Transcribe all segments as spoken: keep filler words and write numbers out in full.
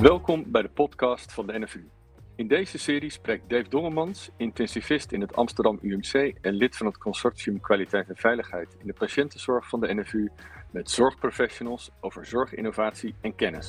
Welkom bij de podcast van de N F U. In deze serie spreekt Dave Dongemans, intensivist in het Amsterdam U M C en lid van het consortium Kwaliteit en Veiligheid in de patiëntenzorg van de N F U, met zorgprofessionals over zorginnovatie en kennis.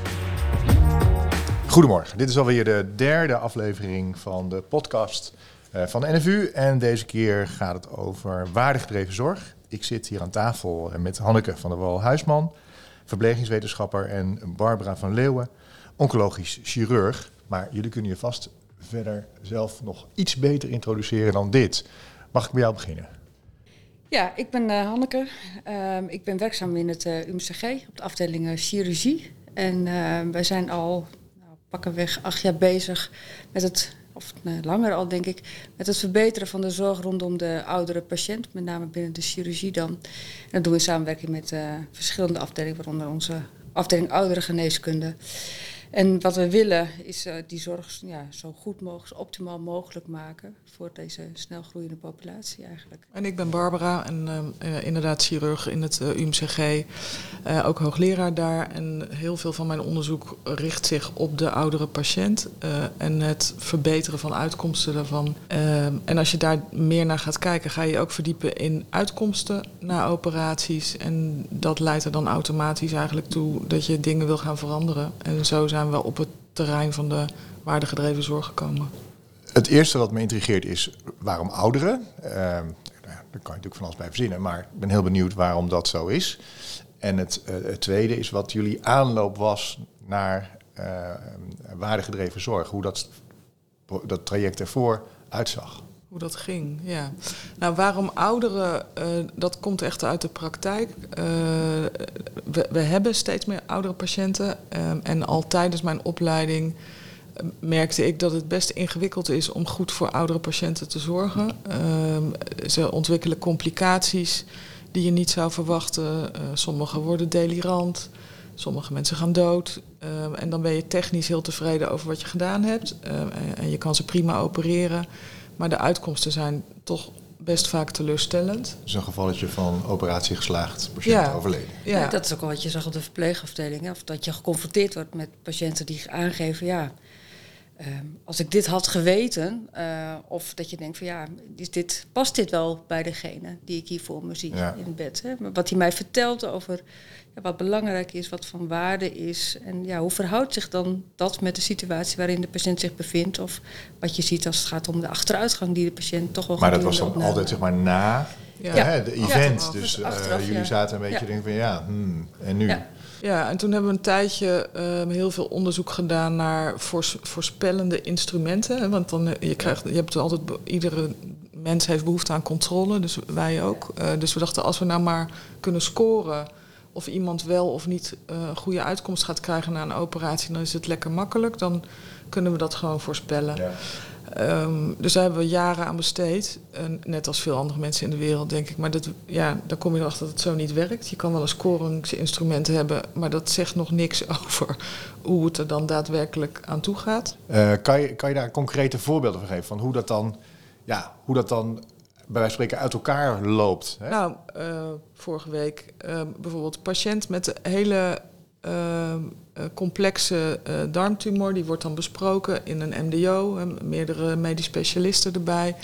Goedemorgen, dit is alweer de derde aflevering van de podcast van de N F U en deze keer gaat het over waardegedreven zorg. Ik zit hier aan tafel met Hanneke van der Wal-Huisman, verplegingswetenschapper, en Barbara van Leeuwen, oncologisch chirurg. Maar jullie kunnen je vast verder zelf nog iets beter introduceren dan dit. Mag ik bij jou beginnen? Ja, ik ben uh, Hanneke. Uh, ik ben werkzaam in het uh, U M C G op de afdeling uh, chirurgie. En uh, wij zijn al nou, pakkenweg acht jaar bezig met het, of uh, langer al denk ik, met het verbeteren van de zorg rondom de oudere patiënt. Met name binnen de chirurgie dan. En dat doen we in samenwerking met uh, verschillende afdelingen, waaronder onze afdeling oudere geneeskunde. En wat we willen is uh, die zorg ja, zo goed mogelijk, zo optimaal mogelijk maken voor deze snel groeiende populatie eigenlijk. En ik ben Barbara en uh, inderdaad chirurg in het uh, U M C G, uh, ook hoogleraar daar. En heel veel van mijn onderzoek richt zich op de oudere patiënt uh, en het verbeteren van uitkomsten daarvan. Uh, en als je daar meer naar gaat kijken, ga je ook verdiepen in uitkomsten na operaties. En dat leidt er dan automatisch eigenlijk toe dat je dingen wil gaan veranderen. En zo zijn we op het terrein van de waardegedreven zorg gekomen. Het eerste wat me intrigeert is waarom ouderen. Uh, nou ja, daar kan je natuurlijk van alles bij verzinnen, maar ik ben heel benieuwd waarom dat zo is. En het, uh, het tweede is wat jullie aanloop was naar uh, waardegedreven zorg. Hoe dat, dat traject ervoor uitzag. Hoe dat ging, ja. Nou, waarom ouderen, uh, dat komt echt uit de praktijk. Uh, we, we hebben steeds meer oudere patiënten. Uh, en al tijdens mijn opleiding uh, merkte ik dat het best ingewikkeld is om goed voor oudere patiënten te zorgen. Uh, ze ontwikkelen complicaties die je niet zou verwachten. Uh, sommigen worden delirant, sommige mensen gaan dood. Uh, en dan ben je technisch heel tevreden over wat je gedaan hebt. Uh, en je kan ze prima opereren. Maar de uitkomsten zijn toch best vaak teleurstellend. Dus een gevalletje van operatie geslaagd, patiënt ja. overleden. Ja. Ja, dat is ook al wat je zag op de verpleegafdeling. Hè? Of dat je geconfronteerd wordt met patiënten die aangeven, ja, uh, als ik dit had geweten, uh, of dat je denkt van ja, is dit, past dit wel bij degene die ik hier voor me zie ja. in het bed. Hè? Wat hij mij vertelt over ja, wat belangrijk is, wat van waarde is. En ja, hoe verhoudt zich dan dat met de situatie waarin de patiënt zich bevindt? Of wat je ziet als het gaat om de achteruitgang die de patiënt toch wel gaat doen. Maar dat was dan opname. Altijd zeg maar na ja. Ja, hè, de event. Ja, dus uh, achteraf, jullie ja. zaten een beetje ja. denken van ja, hmm, en nu? Ja. Ja, en toen hebben we een tijdje uh, heel veel onderzoek gedaan naar voors- voorspellende instrumenten. Hè, want dan, je, krijgt, je hebt altijd, iedere mens heeft behoefte aan controle, dus wij ook. Uh, dus we dachten, als we nou maar kunnen scoren of iemand wel of niet uh, een goede uitkomst gaat krijgen na een operatie, dan is het lekker makkelijk. Dan kunnen we dat gewoon voorspellen. Ja. Um, dus daar hebben we jaren aan besteed. En net als veel andere mensen in de wereld, denk ik. Maar dat, ja, dan kom je erachter dat het zo niet werkt. Je kan wel een scoringsinstrumenten hebben, maar dat zegt nog niks over hoe het er dan daadwerkelijk aan toe gaat. Uh, kan je, kan je daar concrete voorbeelden van geven van hoe dat dan, ja, hoe dat dan bij wijze van spreken uit elkaar loopt? Hè? Nou, uh, vorige week uh, bijvoorbeeld een patiënt met een hele uh, uh, complexe uh, darmtumor. Die wordt dan besproken in een M D O, uh, meerdere medisch specialisten erbij.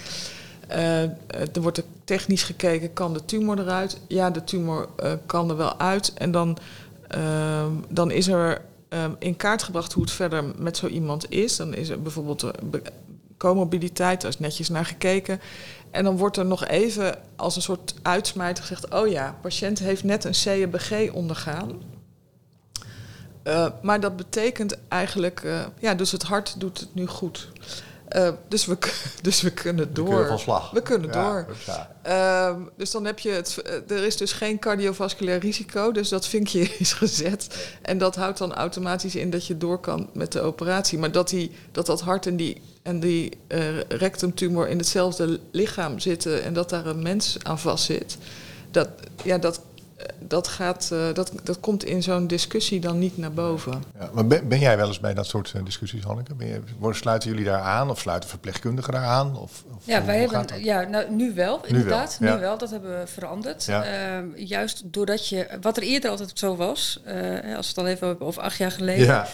Uh, er wordt er technisch gekeken, kan de tumor eruit? Ja, de tumor uh, kan er wel uit. En dan, uh, dan is er uh, in kaart gebracht hoe het verder met zo iemand is. Dan is er bijvoorbeeld uh, comorbiditeit, daar is netjes naar gekeken. En dan wordt er nog even als een soort uitsmijter gezegd, oh ja, patiënt heeft net een C E B G ondergaan. Uh, maar dat betekent eigenlijk, uh, ja, dus het hart doet het nu goed. Uh, dus, we, dus we kunnen door. We kunnen van slag. We kunnen ja, door. Ja. Uh, dus dan heb je het. Uh, er is dus geen cardiovasculair risico, dus dat vinkje is gezet. En dat houdt dan automatisch in dat je door kan met de operatie. Maar dat die, dat, dat hart en die, en die uh, rectumtumor in hetzelfde lichaam zitten en dat daar een mens aan vast zit, dat, ja, dat. Dat, gaat, uh, dat, dat komt in zo'n discussie dan niet naar boven. Ja, maar ben, ben jij wel eens bij dat soort uh, discussies, Hanneke? Ben je, sluiten jullie daar aan of sluiten verpleegkundigen daar aan? Of, of ja, wij hebben, ja nou, nu wel, inderdaad. Nu wel, ja. nu wel, dat hebben we veranderd. Ja. Uh, juist doordat je, wat er eerder altijd zo was, uh, als we het al even hebben over acht jaar geleden. Ja.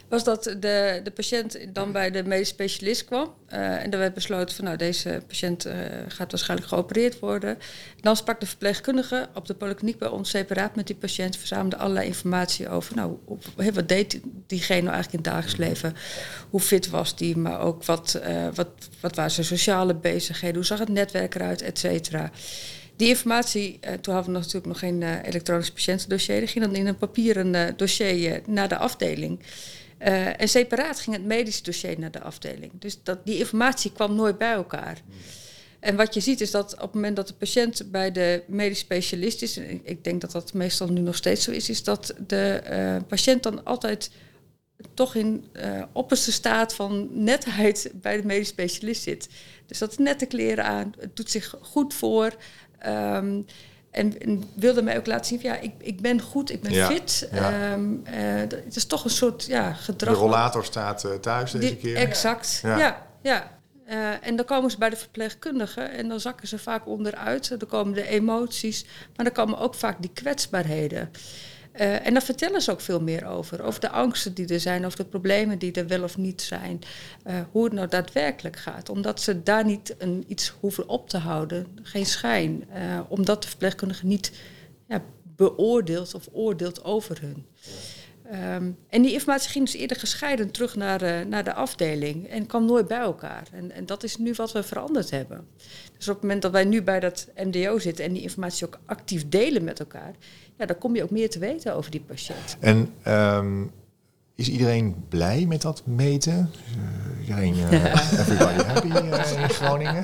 was dat de, de patiënt dan bij de medisch specialist kwam. Uh, en dan werd besloten van nou, deze patiënt uh, gaat waarschijnlijk geopereerd worden. Dan sprak de verpleegkundige op de polykliniek bij ons separaat met die patiënt. Verzamelde allerlei informatie over nou, op, he, wat deed diegene nou eigenlijk in het dagelijks leven. Hoe fit was die, maar ook wat, uh, wat, wat waren zijn sociale bezigheden. Hoe zag het netwerk eruit, et cetera. Die informatie, uh, toen hadden we natuurlijk nog geen uh, elektronisch patiëntendossier. Die ging dan in een papieren uh, dossier uh, naar de afdeling. Uh, en separaat ging het medische dossier naar de afdeling. Dus dat, die informatie kwam nooit bij elkaar. En wat je ziet is dat op het moment dat de patiënt bij de medisch specialist is... en ik denk dat dat meestal nu nog steeds zo is... is dat de uh, patiënt dan altijd toch in uh, opperste staat van netheid bij de medisch specialist zit. Dus dat nette kleren aan, het doet zich goed voor... Um, En, en wilde mij ook laten zien van ja, ik, ik ben goed, ik ben ja, fit. Ja. Um, uh, het is toch een soort ja, gedrag. De rollator staat uh, thuis deze die, keer. Exact, ja. ja, ja. Uh, en dan komen ze bij de verpleegkundige en dan zakken ze vaak onderuit. Dan komen de emoties, maar dan komen ook vaak die kwetsbaarheden. Uh, en daar vertellen ze ook veel meer over. Over de angsten die er zijn, over de problemen die er wel of niet zijn. Uh, hoe het nou daadwerkelijk gaat. Omdat ze daar niet een, iets hoeven op te houden. Geen schijn. Uh, omdat de verpleegkundige niet ja, beoordeelt of oordeelt over hun. Um, en die informatie ging dus eerder gescheiden terug naar, uh, naar de afdeling. En kwam nooit bij elkaar. En, en dat is nu wat we veranderd hebben. Dus op het moment dat wij nu bij dat M D O zitten... en die informatie ook actief delen met elkaar... ja, dan kom je ook meer te weten over die patiënt. En um, is iedereen blij met dat meten? Uh, iedereen, uh, everybody happy uh, in Groningen?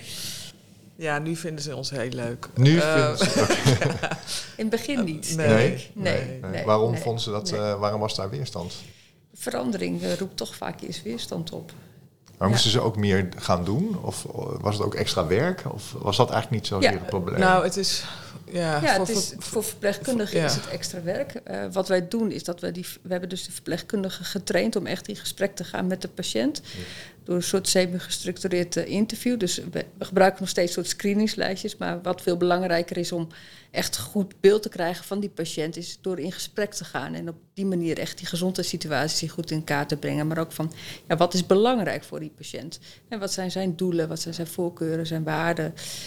Ja, nu vinden ze ons heel leuk. Nu uh, vinden ze okay. In het begin niet. Nee? Nee. nee. nee, nee. nee waarom nee, vond ze dat? Nee. Uh, waarom was daar weerstand? Verandering uh, roept toch vaak eens weerstand op. Maar ja. moesten ze ook meer gaan doen? Of was het ook extra werk? Of was dat eigenlijk niet zozeer ja. het probleem? Nou, het is... Ja, ja, voor, het is, voor, voor verpleegkundigen ja. is het extra werk. Uh, wat wij doen is dat we die... We hebben dus de verpleegkundigen getraind om echt in gesprek te gaan met de patiënt. Ja. Door een soort semi-gestructureerd uh, interview. Dus we, we gebruiken nog steeds soort screeningslijstjes. Maar wat veel belangrijker is om echt goed beeld te krijgen van die patiënt... is door in gesprek te gaan. En op die manier echt die gezondheidssituatie goed in kaart te brengen. Maar ook van, ja, wat is belangrijk voor die patiënt? En wat zijn zijn doelen? Wat zijn zijn voorkeuren, zijn waarden?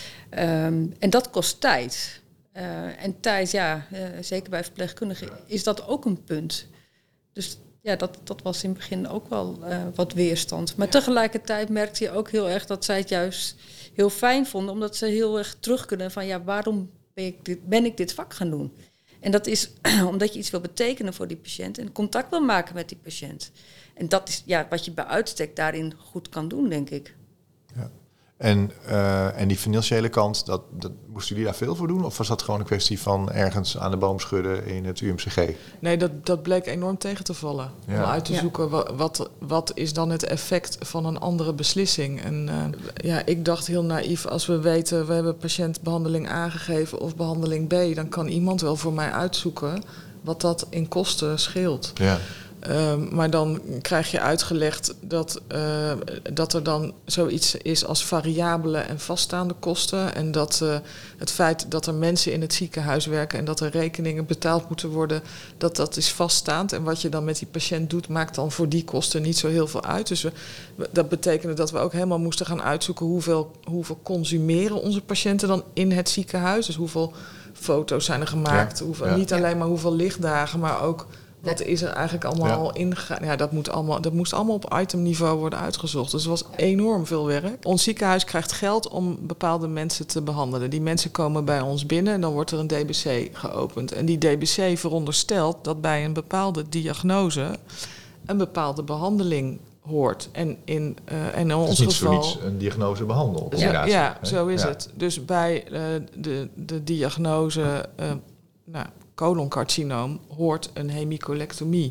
Um, en dat kost tijd... Uh, en tijd, ja, uh, zeker bij verpleegkundigen, is dat ook een punt. Dus ja, dat, dat was in het begin ook wel uh, wat weerstand. Maar tegelijkertijd merkte je ook heel erg dat zij het juist heel fijn vonden... omdat ze heel erg terug kunnen van, ja, waarom ben ik dit, ben ik dit vak gaan doen? En dat is omdat je iets wil betekenen voor die patiënt... en contact wil maken met die patiënt. En dat is ja, wat je bij uitstek daarin goed kan doen, denk ik. Ja. En, uh, en die financiële kant, dat, dat, moesten jullie daar veel voor doen? Of was dat gewoon een kwestie van ergens aan de boom schudden in het U M C G? Nee, dat, dat bleek enorm tegen te vallen. Ja. Om uit te ja. zoeken, wat, wat, wat is dan het effect van een andere beslissing? En uh, ja, ik dacht heel naïef, als we weten... we hebben patiëntbehandeling aangegeven of behandeling B... dan kan iemand wel voor mij uitzoeken wat dat in kosten scheelt. Ja. Uh, maar dan krijg je uitgelegd dat, uh, dat er dan zoiets is als variabele en vaststaande kosten. En dat uh, het feit dat er mensen in het ziekenhuis werken en dat er rekeningen betaald moeten worden, dat dat is vaststaand. En wat je dan met die patiënt doet, maakt dan voor die kosten niet zo heel veel uit. Dus we, dat betekende dat we ook helemaal moesten gaan uitzoeken hoeveel, hoeveel consumeren onze patiënten dan in het ziekenhuis. Dus hoeveel foto's zijn er gemaakt. Ja, hoeveel, ja. Niet alleen maar hoeveel lichtdagen, maar ook... wat is er eigenlijk allemaal ja. ingegaan? Ja, dat, moet allemaal, dat moest allemaal op itemniveau worden uitgezocht. Dus het was enorm veel werk. Ons ziekenhuis krijgt geld om bepaalde mensen te behandelen. Die mensen komen bij ons binnen en dan wordt er een D B C geopend. En die D B C veronderstelt dat bij een bepaalde diagnose een bepaalde behandeling hoort. En in, uh, en in ons niet geval... zoiets een diagnose behandelen. Ja, ja, zo is ja. het. Dus bij uh, de, de diagnose... Uh, nou, coloncarcinoom hoort een hemicolectomie.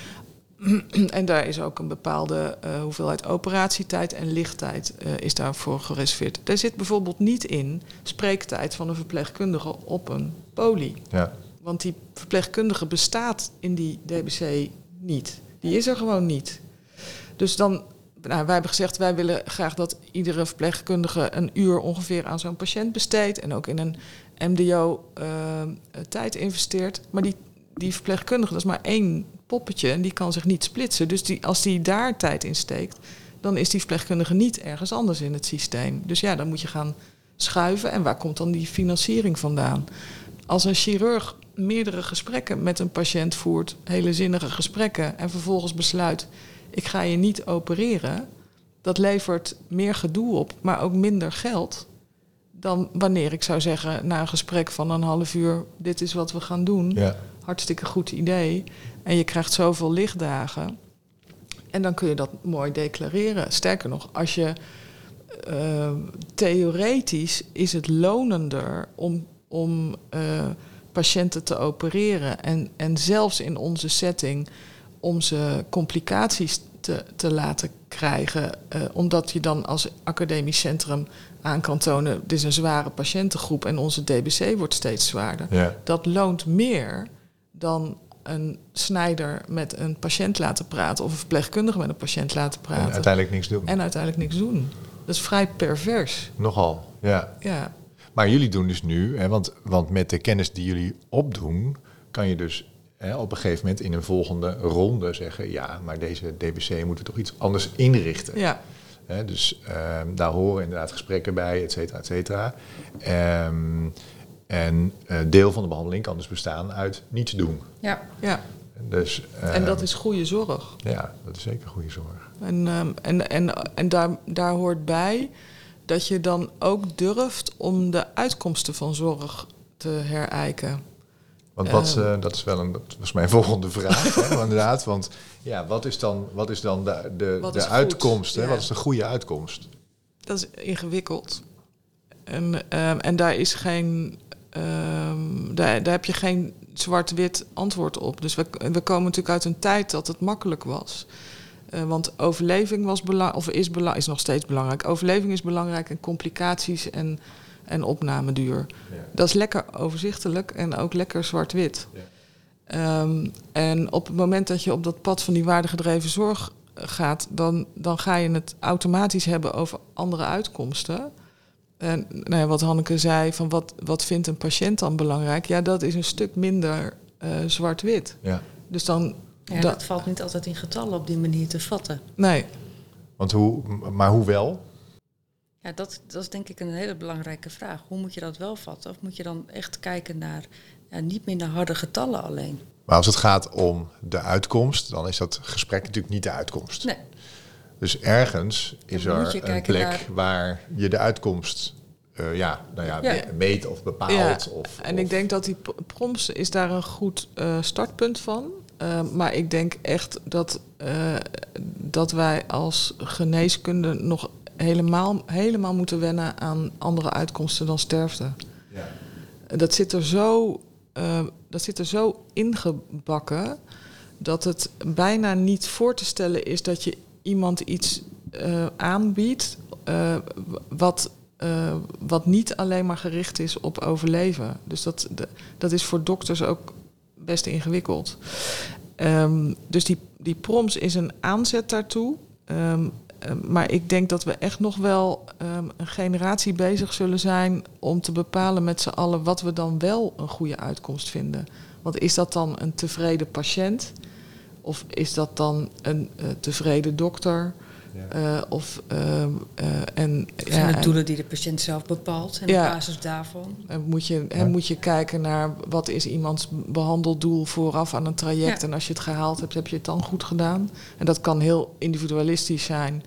En daar is ook een bepaalde uh, hoeveelheid operatietijd en lichttijd uh, is daarvoor gereserveerd. Er zit bijvoorbeeld niet in spreektijd van een verpleegkundige op een poli. Ja. Want die verpleegkundige bestaat in die D B C niet. Die is er gewoon niet. Dus dan, nou, wij hebben gezegd, wij willen graag dat iedere verpleegkundige een uur ongeveer aan zo'n patiënt besteedt. En ook in een M D O uh, tijd investeert. Maar die, die verpleegkundige, dat is maar één poppetje en die kan zich niet splitsen. Dus die, als die daar tijd in steekt, dan is die verpleegkundige niet ergens anders in het systeem. Dus ja, dan moet je gaan schuiven. En waar komt dan die financiering vandaan? Als een chirurg meerdere gesprekken met een patiënt voert, hele zinnige gesprekken, en vervolgens besluit, ik ga je niet opereren, dat levert meer gedoe op, maar ook minder geld dan wanneer ik zou zeggen, na een gesprek van een half uur, dit is wat we gaan doen. Ja. Hartstikke goed idee. En je krijgt zoveel lichtdagen. En dan kun je dat mooi declareren. Sterker nog, als je uh, theoretisch is het lonender om, om uh, patiënten te opereren. En, en zelfs in onze setting om ze complicaties te, te laten krijgen. Uh, omdat je dan als academisch centrum aan kan tonen, dit is een zware patiëntengroep en onze D B C wordt steeds zwaarder. Ja. Dat loont meer dan een snijder met een patiënt laten praten of een verpleegkundige met een patiënt laten praten. En uiteindelijk niks doen. En uiteindelijk niks doen. Dat is vrij pervers. Nogal, ja. ja. Maar jullie doen dus nu, hè, want, want met de kennis die jullie opdoen, kan je dus hè, op een gegeven moment in een volgende ronde zeggen, ja, maar deze D B C moeten we toch iets anders inrichten. Ja. He, dus um, daar horen inderdaad gesprekken bij, et cetera, et cetera. Um, en uh, deel van de behandeling kan dus bestaan uit niets doen. Ja, ja. Dus, um, en dat is goede zorg. Ja, dat is zeker goede zorg. En, um, en, en, en daar, daar hoort bij dat je dan ook durft om de uitkomsten van zorg te herijken. Want wat, uh, dat is wel een, dat was mijn volgende vraag, hè, inderdaad. Want ja, wat is dan, wat is dan de, de, de uitkomst? Hè? Ja. Wat is de goede uitkomst? Dat is ingewikkeld. En, um, en daar is geen, um, daar, daar heb je geen zwart-wit antwoord op. Dus we, we komen natuurlijk uit een tijd dat het makkelijk was. Uh, want overleving was belang, of is, belang, is nog steeds belangrijk. Overleving is belangrijk en complicaties en en opnameduur. Ja. Dat is lekker overzichtelijk en ook lekker zwart-wit. Ja. Um, en op het moment dat je op dat pad van die waardegedreven zorg gaat, dan, dan ga je het automatisch hebben over andere uitkomsten. En nou ja, wat Hanneke zei, van wat, wat vindt een patiënt dan belangrijk? Ja, dat is een stuk minder uh, zwart-wit. Ja. Dus dan, ja, da- dat valt niet altijd in getallen op die manier te vatten. Nee. Want hoe, maar hoe wel? Ja, dat, dat is denk ik een hele belangrijke vraag. Hoe moet je dat wel vatten? Of moet je dan echt kijken naar, ja, niet meer naar harde getallen alleen? Maar als het gaat om de uitkomst, dan is dat gesprek natuurlijk niet de uitkomst. Nee. Dus ergens is er een plek naar waar je de uitkomst uh, ja, nou ja, ja. meet of bepaalt. Ja. Of, en of... ik denk dat die P R O M S is daar een goed uh, startpunt van. Uh, maar ik denk echt dat, uh, dat wij als geneeskunde nog helemaal, helemaal moeten wennen aan andere uitkomsten dan sterfte. Ja. Dat zit er zo, uh, dat zit er zo ingebakken dat het bijna niet voor te stellen is dat je iemand iets uh, aanbiedt uh, wat, uh, wat niet alleen maar gericht is op overleven. Dus dat, de, dat is voor dokters ook best ingewikkeld. Um, dus die, die P R O M S is een aanzet daartoe. Um, Uh, maar ik denk dat we echt nog wel um, een generatie bezig zullen zijn om te bepalen met z'n allen wat we dan wel een goede uitkomst vinden. Want is dat dan een tevreden patiënt? Of is dat dan een uh, tevreden dokter? Ja. Uh, of, uh, uh, en, zijn ja, de doelen die de patiënt zelf bepaalt en ja, op basis daarvan? En moet je, ja. en moet je kijken naar wat is iemands behandeldoel vooraf aan een traject. Ja. En als je het gehaald hebt, heb je het dan goed gedaan. En dat kan heel individualistisch zijn,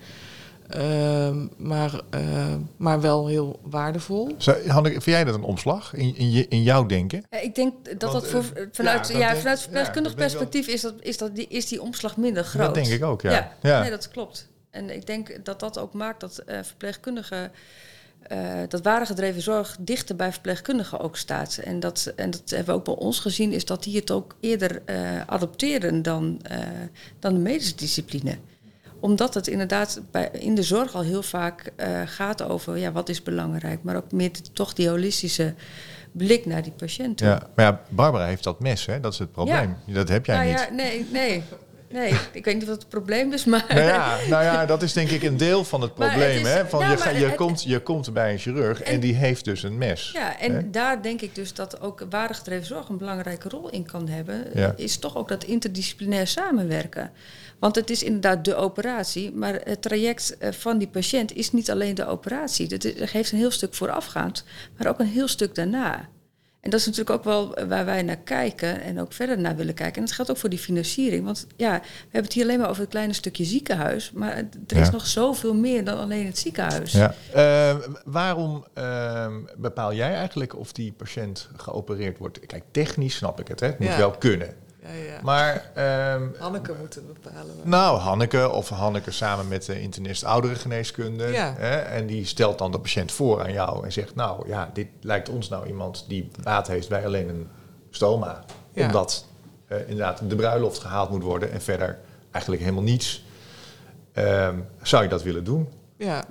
uh, maar, uh, maar wel heel waardevol. Zo, Hanneke, vind jij dat een omslag in, in, je, in jouw denken? Ja, ik denk dat Want, dat voor, vanuit, ja, ja, vanuit verpleegkundig ja, perspectief wel... is, dat, is, dat die, is die omslag minder groot. Dat denk ik ook, ja. ja. ja. Nee, dat klopt. En ik denk dat dat ook maakt dat uh, verpleegkundigen, uh, dat waardegedreven zorg dichter bij verpleegkundigen ook staat. En dat, en dat hebben we ook bij ons gezien, is dat die het ook eerder uh, adopteren dan, uh, dan de medische discipline. Omdat het inderdaad bij, in de zorg al heel vaak uh, gaat over, ja, wat is belangrijk, maar ook meer de, toch die holistische blik naar die patiënt toe. Ja, maar ja, Barbara heeft dat mes, hè? Dat is het probleem. Ja. Dat heb jij nou, niet. Ja, nee, nee. Nee, ik weet niet wat het probleem is, maar... Nou ja, nou ja, dat is denk ik een deel van het probleem. is, hè? Van ja, je, ga, je, het, komt, je komt bij een chirurg en, en die heeft dus een mes. Ja, en hè? daar denk ik dus dat ook waardegedreven zorg een belangrijke rol in kan hebben. Ja. Is toch ook dat interdisciplinair samenwerken. Want het is inderdaad de operatie, maar het traject van die patiënt is niet alleen de operatie. Het heeft een heel stuk voorafgaand, maar ook een heel stuk daarna. En dat is natuurlijk ook wel waar wij naar kijken en ook verder naar willen kijken. En dat geldt ook voor die financiering. Want ja, we hebben het hier alleen maar over het kleine stukje ziekenhuis. Maar er is ja. nog zoveel meer dan alleen het ziekenhuis. Ja. Uh, waarom uh, bepaal jij eigenlijk of die patiënt geopereerd wordt? Kijk, technisch snap ik het, hè? Het moet ja. wel kunnen. Ja, ja. Maar, um, Hanneke moet het bepalen. Maar. Nou, Hanneke of Hanneke samen met de internist ouderengeneeskunde. Ja. Hè, en die stelt dan de patiënt voor aan jou en zegt... nou ja, dit lijkt ons nou iemand die baat heeft bij alleen een stoma. Ja. Omdat uh, inderdaad de bruiloft gehaald moet worden en verder eigenlijk helemaal niets. Um, zou je dat willen doen? Ja.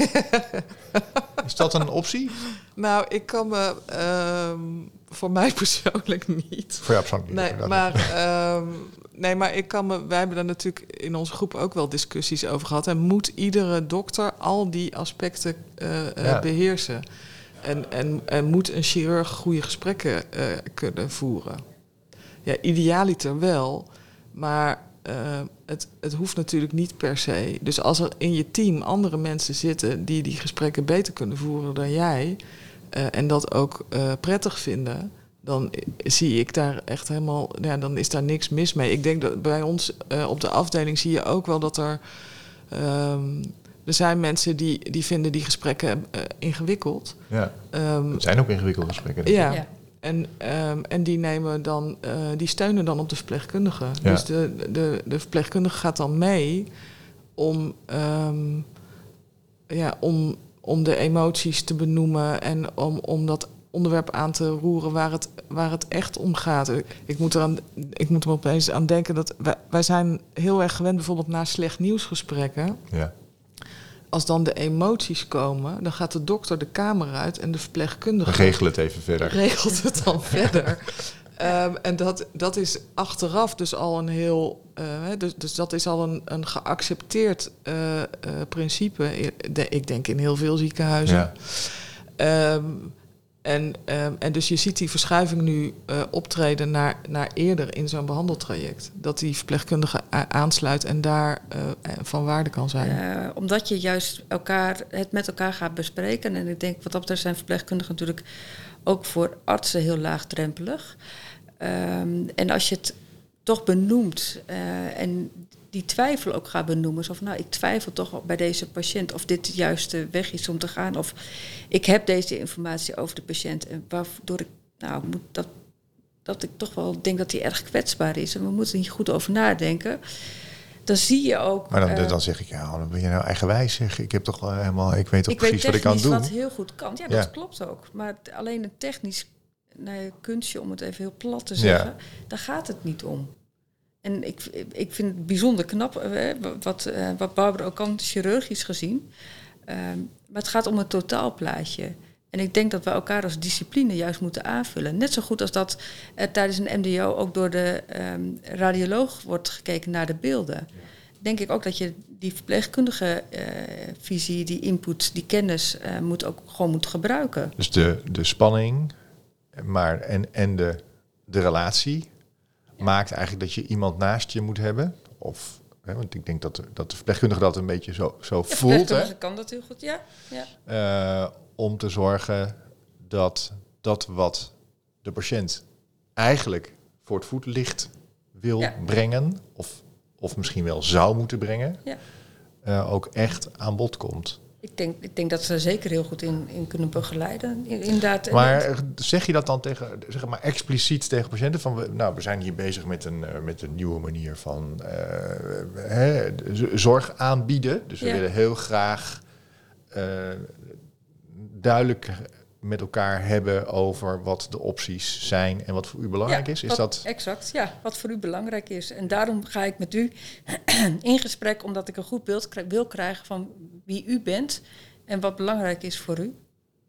Is dat een optie? Nou, ik kan me... Um, voor mij persoonlijk niet. Voor jou persoonlijk niet. Nee, maar, um, nee, maar ik kan me... Wij hebben daar natuurlijk in onze groep ook wel discussies over gehad. En moet iedere dokter al die aspecten uh, ja. uh, beheersen? En, en, en moet een chirurg goede gesprekken uh, kunnen voeren? Ja, idealiter wel. Maar uh, het, het hoeft natuurlijk niet per se. Dus als er in je team andere mensen zitten die die gesprekken beter kunnen voeren dan jij... Uh, en dat ook uh, prettig vinden, dan zie ik daar echt helemaal... Ja, dan is daar niks mis mee. Ik denk dat bij ons uh, op de afdeling zie je ook wel dat er... Um, er zijn mensen die, die vinden die gesprekken uh, ingewikkeld. Ja, um, het zijn ook ingewikkelde gesprekken. Ja, ja. En, um, en die nemen dan, uh, die steunen dan op de verpleegkundige. Ja. Dus de, de, de verpleegkundige gaat dan mee om... Um, ja, om om de emoties te benoemen en om, om dat onderwerp aan te roeren waar het, waar het echt om gaat. Ik moet, eraan, ik moet er opeens aan denken dat wij, wij zijn heel erg gewend bijvoorbeeld na slecht nieuwsgesprekken. Ja. Als dan de emoties komen, dan gaat de dokter de kamer uit en de verpleegkundige... Regel het even verder. Regelt het dan verder. Um, en dat, dat is achteraf dus al een heel... Uh, dus, dus dat is al een, een geaccepteerd uh, uh, principe. De, ik denk in heel veel ziekenhuizen. Ja. Um, en, um, en dus je ziet die verschuiving nu uh, optreden naar, naar eerder in zo'n behandeltraject. Dat die verpleegkundige a- aansluit en daar uh, van waarde kan zijn. Uh, omdat je juist elkaar, het met elkaar gaat bespreken. En ik denk wat dat betreft zijn verpleegkundigen natuurlijk ook voor artsen heel laagdrempelig. Um, en als je het toch benoemt uh, en die twijfel ook gaat benoemen. Zo van, nou, ik twijfel toch bij deze patiënt of dit de juiste weg is om te gaan. Of ik heb deze informatie over de patiënt. En waardoor ik, nou, moet dat, dat ik toch wel denk dat hij erg kwetsbaar is. En we moeten hier goed over nadenken. Dan zie je ook... Maar dan, uh, dan zeg ik, ja, dan ben je nou eigenwijs. Zeg. Ik heb toch wel helemaal, ik weet toch ik precies weet wat ik kan doen. Ik weet technisch wat heel goed kan. Ja, dat ja. klopt ook. Maar alleen een technisch nou, kunstje, om het even heel plat te zeggen, ja. daar gaat het niet om. En ik, ik vind het bijzonder knap, hè, wat, uh, wat Barbara ook kan, chirurgisch gezien. Um, maar het gaat om een totaalplaatje. En ik denk dat we elkaar als discipline juist moeten aanvullen. Net zo goed als dat uh, tijdens een M D O ook door de um, radioloog wordt gekeken naar de beelden. Denk ik ook dat je die verpleegkundige uh, visie, die input, die kennis uh, moet ook gewoon moet gebruiken. Dus de, de spanning maar, en, en de, de relatie ja. maakt eigenlijk dat je iemand naast je moet hebben. Of, hè, want ik denk dat de, dat de verpleegkundige dat een beetje zo, zo ja, voelt. Hè? Kan dat heel goed, ja. ja. Uh, om te zorgen dat dat wat de patiënt eigenlijk voor het voetlicht wil ja. brengen, of, of misschien wel zou moeten brengen, ja. uh, ook echt aan bod komt. Ik denk, ik denk dat ze er zeker heel goed in, in kunnen begeleiden. Inderdaad. Maar zeg je dat dan tegen, zeg maar expliciet tegen patiënten? Van, we, nou, we zijn hier bezig met een, uh, met een nieuwe manier van uh, hè, zorg aanbieden. Dus we ja. willen heel graag uh, duidelijk met elkaar hebben over wat de opties zijn en wat voor u belangrijk ja, is. Is wat, dat... Exact, ja, wat voor u belangrijk is. En daarom ga ik met u in gesprek, omdat ik een goed beeld k- wil krijgen van wie u bent en wat belangrijk is voor u.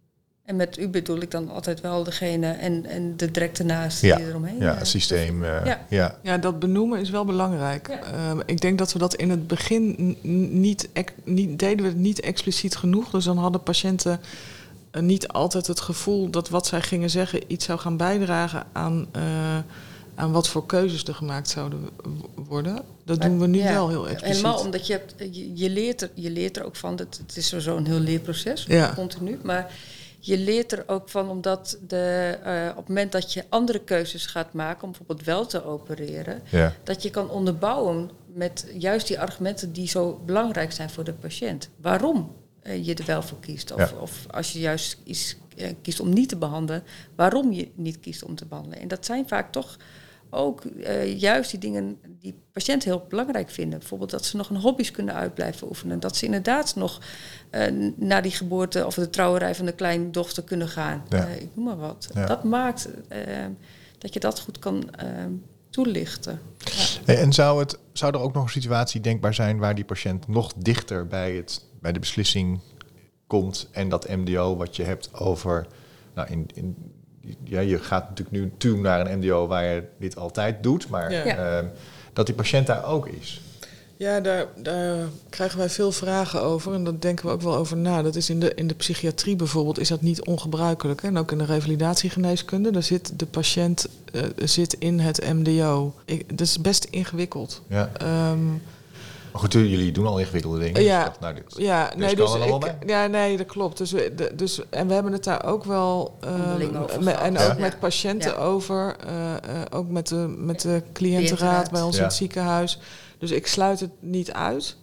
En met u bedoel ik dan altijd wel degene en, en de direct ernaast Ja, die eromheen. ja uh, het systeem. Uh, ja. Ja. Ja, dat benoemen is wel belangrijk. Ja. Uh, ik denk dat we dat in het begin n- niet, ec- niet deden we het niet expliciet genoeg. Dus dan hadden patiënten uh, niet altijd het gevoel dat wat zij gingen zeggen iets zou gaan bijdragen aan, uh, aan wat voor keuzes er gemaakt zouden w- worden. Dat doen we nu ja, wel heel expliciet. Helemaal omdat je, hebt, je, je, leert er, je leert er ook van, dat, het is sowieso een heel leerproces, Ja. continu. Maar je leert er ook van omdat de, uh, op het moment dat je andere keuzes gaat maken, om bijvoorbeeld wel te opereren, Ja. dat je kan onderbouwen met juist die argumenten die zo belangrijk zijn voor de patiënt. Waarom uh, je er wel voor kiest. Of, Ja. of als je juist kiest, uh, kiest om niet te behandelen, waarom je niet kiest om te behandelen. En dat zijn vaak toch ook uh, juist die dingen die patiënten heel belangrijk vinden. Bijvoorbeeld dat ze nog een hobby's kunnen uit blijven oefenen. Dat ze inderdaad nog uh, naar die geboorte of de trouwerij van de kleindochter kunnen gaan. Ja. Uh, ik noem maar wat. Ja. Dat maakt uh, dat je dat goed kan uh, toelichten. Ja. Hey, en zou, het, zou er ook nog een situatie denkbaar zijn waar die patiënt nog dichter bij, het, bij de beslissing komt en dat M D O wat je hebt over... Nou, in, in, ja, je gaat natuurlijk nu toe naar een M D O waar je dit altijd doet, maar Ja. Ja. Uh, dat die patiënt daar ook is. Ja, daar, daar krijgen wij veel vragen over en daar denken we ook wel over na. Dat is in de, in de psychiatrie bijvoorbeeld is dat niet ongebruikelijk. Hè? En ook in de revalidatiegeneeskunde, daar zit de patiënt uh, zit in het M D O. Ik, dat is best ingewikkeld. Ja. Um, Maar goed, jullie doen al ingewikkelde dingen. Ja, dus dacht, nou, dit, ja, dus nee, kan dus er nog wel ik, bij. ja, nee, dat klopt. Dus, we, de, dus, en we hebben het daar ook wel uh, Onderling over me, gehad. en Ja. ook met Ja. patiënten Ja. over, uh, uh, ook met de, met de cliëntenraad Cliëntenraad. bij ons Ja. in het ziekenhuis. Dus ik sluit het niet uit.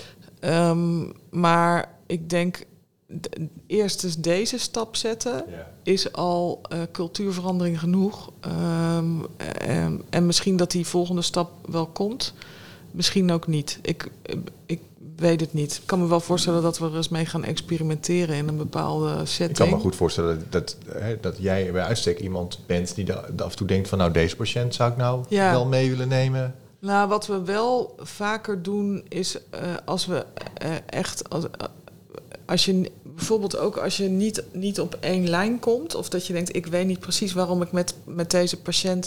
Um, maar ik denk, d- eerst eens deze stap zetten Ja. is al uh, cultuurverandering genoeg. Um, um, en misschien dat die volgende stap wel komt. Misschien ook niet. Ik, ik weet het niet. Ik kan me wel voorstellen dat we er eens mee gaan experimenteren in een bepaalde setting. Ik kan me goed voorstellen dat, dat, hè, dat jij bij uitstek iemand bent die da- af en toe denkt van nou deze patiënt zou ik nou Ja. wel mee willen nemen. Nou, wat we wel vaker doen is uh, als we uh, echt... Als, uh, als je bijvoorbeeld ook als je niet, niet op één lijn komt, of dat je denkt, ik weet niet precies waarom ik met, met deze patiënt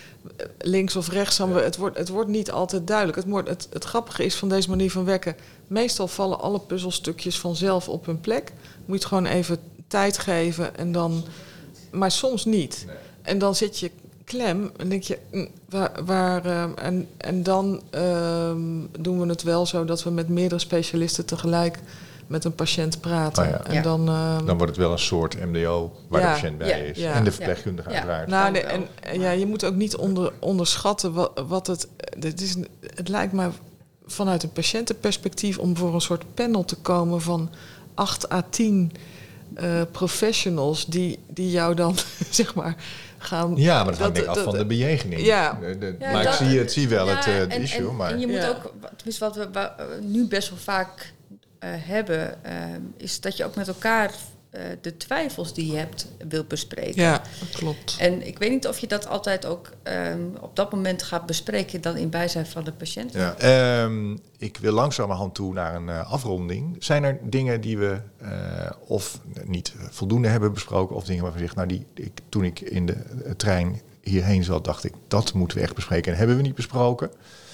links of rechts aan... Het wordt, het wordt niet altijd duidelijk. Het, wordt, het, het grappige is van deze manier van werken, meestal vallen alle puzzelstukjes vanzelf op hun plek. Moet je het gewoon even tijd geven en dan... Maar soms niet. Nee. En dan zit je klem en denk je, mm, waar... waar uh, en, en dan uh, doen we het wel zo dat we met meerdere specialisten tegelijk met een patiënt praten. Oh ja. En Ja. dan, uh, Dan wordt het wel een soort M D O waar Ja. de patiënt bij Ja. is. Ja. En de verpleegkundige Ja. uiteraard. nou, kan nee, wel, en, en maar- ja, je moet ook niet onder, onderschatten wat, wat het... Het, is, het lijkt me vanuit een patiëntenperspectief om voor een soort panel te komen van acht à tien uh, professionals die, die jou dan, zeg maar, gaan... Ja, maar dat hangt denk ik dat- af van de dat- bejegening. Ja. De- de- Ja, maar dat- ik zie, het, zie wel Ja, het, uh, het en, issue. en, maar en je moet Ja. ook, tenminste wat we wa- nu best wel vaak uh, hebben, uh, is dat je ook met elkaar uh, de twijfels die je hebt wilt bespreken. Ja, dat klopt. En ik weet niet of je dat altijd ook um, op dat moment gaat bespreken, dan in bijzijn van de patiënt. Ja. Um, ik wil langzamerhand toe naar een uh, afronding. Zijn er dingen die we uh, of niet voldoende hebben besproken, of dingen waarvan je zegt, nou, die, ik, toen ik in de uh, trein hierheen zat, dacht ik, dat moeten we echt bespreken en hebben we niet besproken?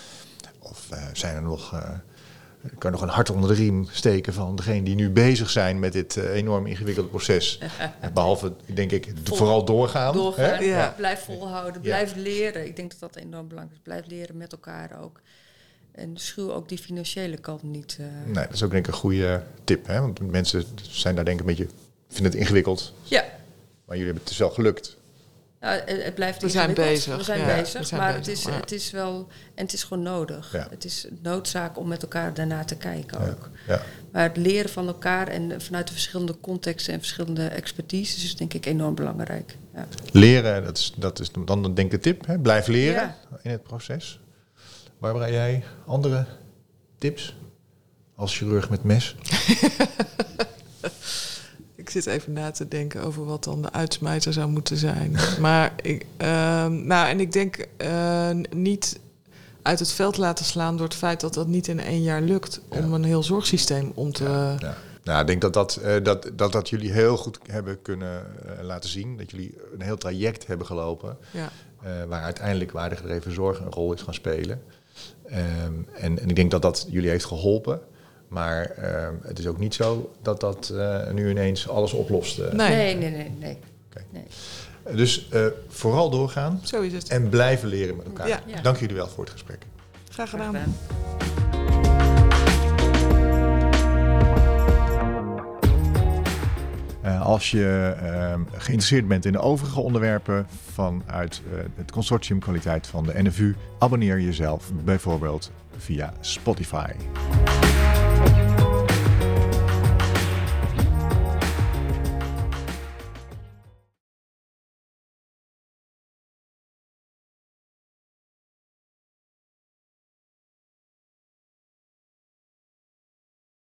Of uh, zijn er nog... Uh, Ik kan nog een hart onder de riem steken van degene die nu bezig zijn met dit uh, enorm ingewikkelde proces. Behalve, denk ik, Vol, vooral doorgaan. Doorgaan, hè? ja. Ja. Blijf volhouden, Ja. blijf leren. Ik denk dat dat enorm belangrijk is. Blijf leren met elkaar ook. En schuw ook die financiële kant niet. Uh... Nee, dat is ook denk ik een goede tip. Hè? Want mensen zijn daar denk ik een beetje, vinden het ingewikkeld. Ja. Maar jullie hebben het dus wel gelukt. Nou, het, het blijft We zijn ingewikkeld. bezig, We zijn ja, bezig, we zijn maar bezig, het, is, maar- het is wel... En het is gewoon nodig. Ja. Het is noodzaak om met elkaar daarna te kijken Ja. ook. Ja. Maar het leren van elkaar en vanuit de verschillende contexten en verschillende expertises is denk ik enorm belangrijk. Ja. Leren, dat is, dat is dan denk ik de tip. Hè? Blijf leren Ja. in het proces. Barbara, jij andere tips? Als chirurg met mes? Ik zit even na te denken over wat dan de uitsmijter zou moeten zijn. Maar ik, uh, nou, en ik denk uh, niet uit het veld laten slaan door het feit dat dat niet in één jaar lukt Ja. om een heel zorgsysteem om te, Ja, ja. Nou, ik denk dat dat, uh, dat, dat, dat jullie heel goed hebben kunnen uh, laten zien. Dat jullie een heel traject hebben gelopen. Ja. Uh, waar uiteindelijk waardegedreven zorg een rol is gaan spelen. Um, en, en ik denk dat dat jullie heeft geholpen. Maar uh, het is ook niet zo dat dat uh, nu ineens alles oplost. Uh. Nee, nee, nee. nee, nee. Okay. nee. Dus uh, vooral doorgaan. Zo is het. En blijven leren met elkaar. Ja. Ja. Dank jullie wel voor het gesprek. Graag gedaan. Graag gedaan. Uh, als je uh, geïnteresseerd bent in de overige onderwerpen vanuit uh, het consortium kwaliteit van de N F U, abonneer jezelf bijvoorbeeld via Spotify.